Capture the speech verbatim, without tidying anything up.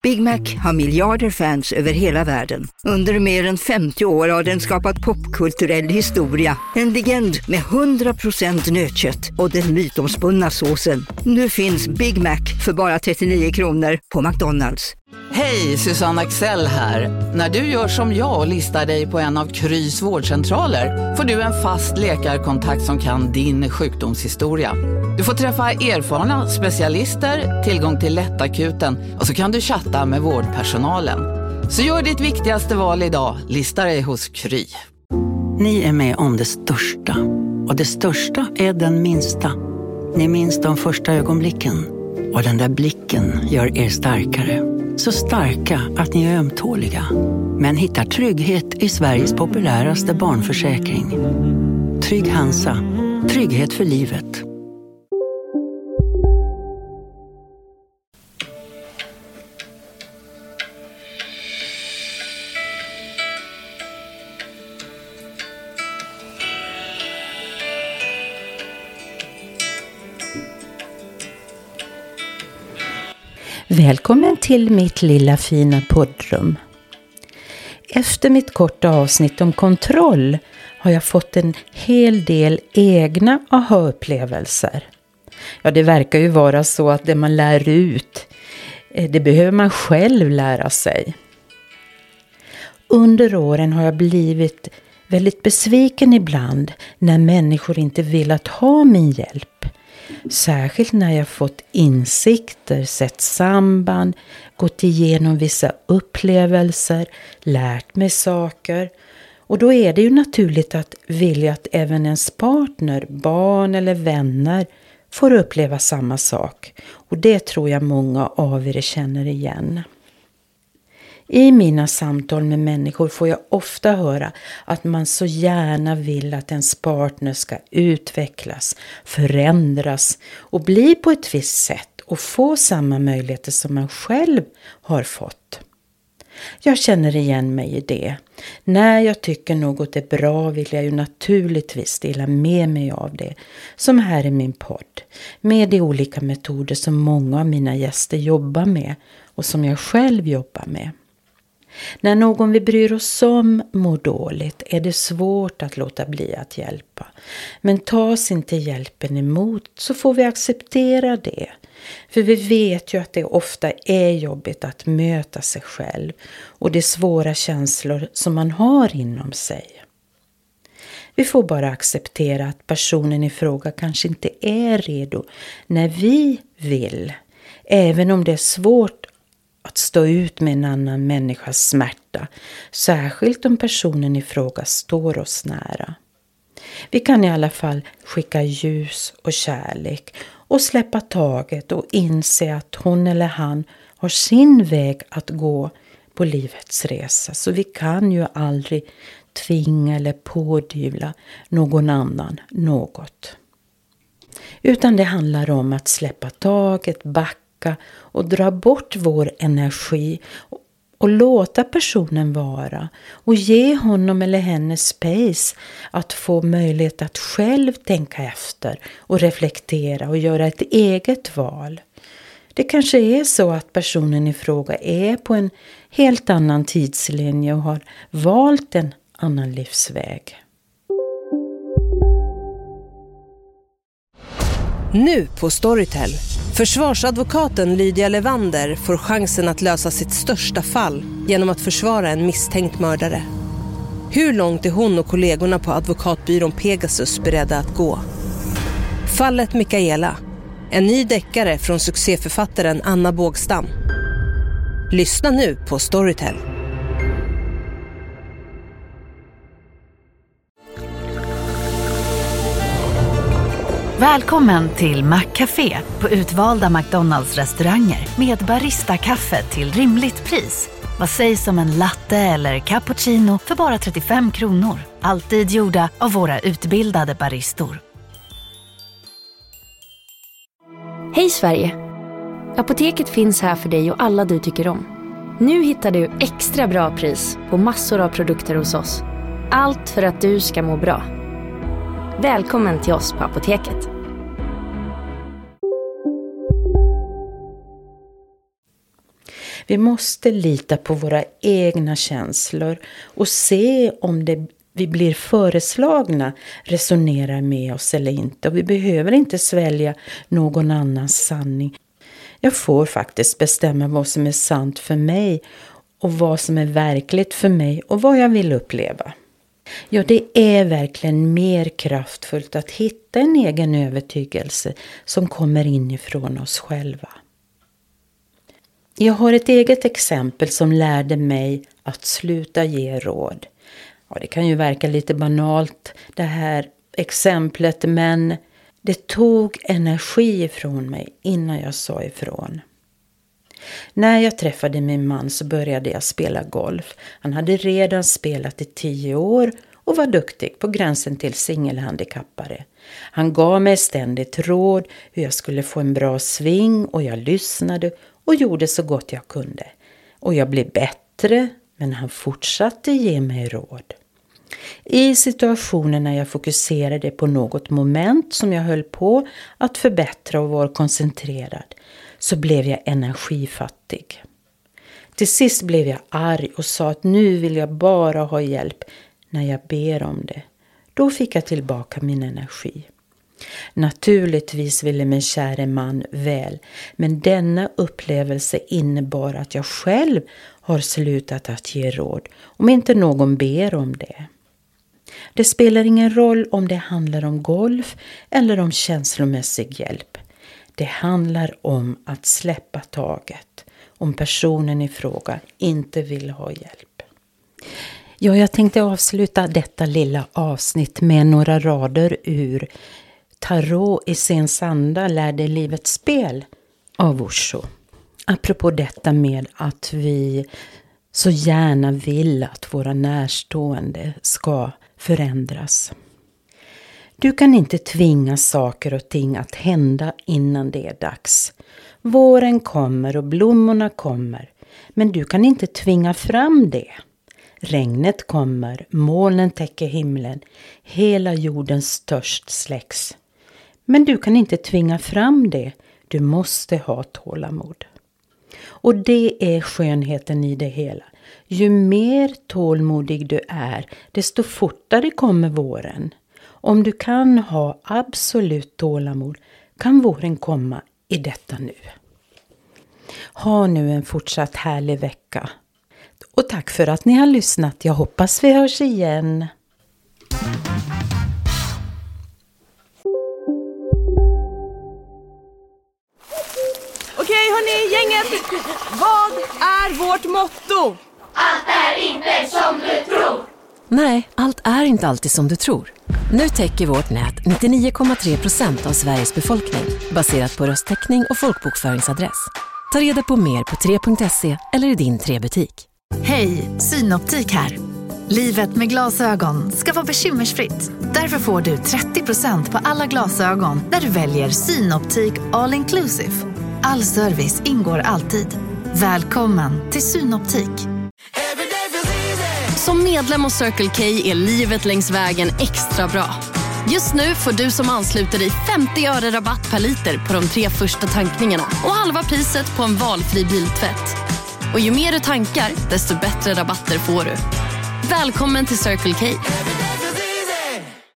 Big Mac har miljarder fans över hela världen. Under mer än femtio år har den skapat popkulturell historia. En legend med hundra procent nötkött och den mytomspunna såsen. Nu finns Big Mac för bara trettionio kronor på McDonald's. Hej, Susanne Axel här. När du gör som jag och listar dig på en av Krys vårdcentraler får du en fast läkarkontakt som kan din sjukdomshistoria. Du får träffa erfarna specialister, tillgång till lättakuten och så kan du chatta med vårdpersonalen. Så gör ditt viktigaste val idag, lista dig hos Kry. Ni är med om det största. Och det största är den minsta. Ni minns de första ögonblicken. Och den där blicken gör er starkare. Så starka att ni är ömtåliga. Men hittar trygghet i Sveriges populäraste barnförsäkring. Trygg Hansa. Trygghet för livet. Välkommen till mitt lilla fina poddrum. Efter mitt korta avsnitt om kontroll har jag fått en hel del egna aha-upplevelser. Ja, det verkar ju vara så att det man lär ut, det behöver man själv lära sig. Under åren har jag blivit väldigt besviken ibland när människor inte vill att ha min hjälp. Särskilt när jag fått insikter, sett samband, gått igenom vissa upplevelser, lärt mig saker. Och då är det ju naturligt att vilja att även ens partner, barn eller vänner får uppleva samma sak. Och det tror jag många av er känner igen. I mina samtal med människor får jag ofta höra att man så gärna vill att ens partner ska utvecklas, förändras och bli på ett visst sätt och få samma möjligheter som man själv har fått. Jag känner igen mig i det. När jag tycker något är bra vill jag ju naturligtvis dela med mig av det, som här i min podd, med de olika metoder som många av mina gäster jobbar med och som jag själv jobbar med. När någon vi bryr oss om mår dåligt är det svårt att låta bli att hjälpa. Men tas inte hjälpen emot så får vi acceptera det. För vi vet ju att det ofta är jobbigt att möta sig själv och de svåra känslor som man har inom sig. Vi får bara acceptera att personen i fråga kanske inte är redo när vi vill. Även om det är svårt att stå ut med en annan människas smärta, särskilt om personen i fråga står oss nära. Vi kan i alla fall skicka ljus och kärlek och släppa taget och inse att hon eller han har sin väg att gå på livets resa. Så vi kan ju aldrig tvinga eller pådyvla någon annan något. Utan det handlar om att släppa taget, backa och dra bort vår energi och låta personen vara och ge honom eller henne space att få möjlighet att själv tänka efter och reflektera och göra ett eget val. Det kanske är så att personen i fråga är på en helt annan tidslinje och har valt en annan livsväg. Nu på Storytel. Försvarsadvokaten Lydia Levander får chansen att lösa sitt största fall genom att försvara en misstänkt mördare. Hur långt är hon och kollegorna på advokatbyrån Pegasus beredda att gå? Fallet Mikaela. En ny deckare från succéförfattaren Anna Bågstam. Lyssna nu på Storytel. Välkommen till Maccafé på utvalda McDonalds restauranger med barista-kaffe till rimligt pris. Vad sägs om en latte eller cappuccino för bara trettiofem kronor? Alltid gjorda av våra utbildade baristor. Hej Sverige! Apoteket finns här för dig och alla du tycker om. Nu hittar du extra bra pris på massor av produkter hos oss. Allt för att du ska må bra. Välkommen till oss på Apoteket. Vi måste lita på våra egna känslor och se om det vi blir föreslagna resonerar med oss eller inte. Och vi behöver inte svälja någon annans sanning. Jag får faktiskt bestämma vad som är sant för mig och vad som är verkligt för mig och vad jag vill uppleva. Ja, det är verkligen mer kraftfullt att hitta en egen övertygelse som kommer inifrån oss själva. Jag har ett eget exempel som lärde mig att sluta ge råd. Ja, det kan ju verka lite banalt det här exemplet, men det tog energi ifrån mig innan jag sa ifrån. När jag träffade min man så började jag spela golf. Han hade redan spelat i tio år och var duktig, på gränsen till singelhandikappare. Han gav mig ständigt råd hur jag skulle få en bra sving och jag lyssnade och gjorde så gott jag kunde. Och jag blev bättre, men han fortsatte ge mig råd. I situationer när jag fokuserade på något moment som jag höll på att förbättra och var koncentrerad, så blev jag energifattig. Till sist blev jag arg och sa att nu vill jag bara ha hjälp när jag ber om det. Då fick jag tillbaka min energi. Naturligtvis ville min käre man väl, men denna upplevelse innebar att jag själv har slutat att ge råd om inte någon ber om det. Det spelar ingen roll om det handlar om golf eller om känslomässig hjälp. Det handlar om att släppa taget om personen i fråga inte vill ha hjälp. Ja, jag tänkte avsluta detta lilla avsnitt med några rader ur Tarot i sin sanda lärde livets spel av Osho. Apropå detta med att vi så gärna vill att våra närstående ska förändras. Du kan inte tvinga saker och ting att hända innan det är dags. Våren kommer och blommorna kommer, men du kan inte tvinga fram det. Regnet kommer, molnen täcker himlen, hela jordens törst släcks. Men du kan inte tvinga fram det, du måste ha tålamod. Och det är skönheten i det hela. Ju mer tålmodig du är, desto fortare kommer våren. Om du kan ha absolut tålamod kan våren komma i detta nu. Ha nu en fortsatt härlig vecka. Och tack för att ni har lyssnat. Jag hoppas vi hörs igen. Okej hörni, gänget. Vad är vårt motto? Allt är inte som du tror. Nej, allt är inte alltid som du tror. Nu täcker vårt nät nittionio komma tre procent av Sveriges befolkning baserat på röstteckning och folkbokföringsadress. Ta reda på mer på tre punkt se eller i din tre-butik. Hej, Synoptik här. Livet med glasögon ska vara bekymmersfritt. Därför får du trettio procent på alla glasögon när du väljer Synoptik All Inclusive. All service ingår alltid. Välkommen till Synoptik. Som medlem hos Circle K är livet längs vägen extra bra. Just nu får du som ansluter dig femtio öre rabatt per liter på de tre första tankningarna och halva priset på en valfri biltvätt. Och ju mer du tankar, desto bättre rabatter får du. Välkommen till Circle K.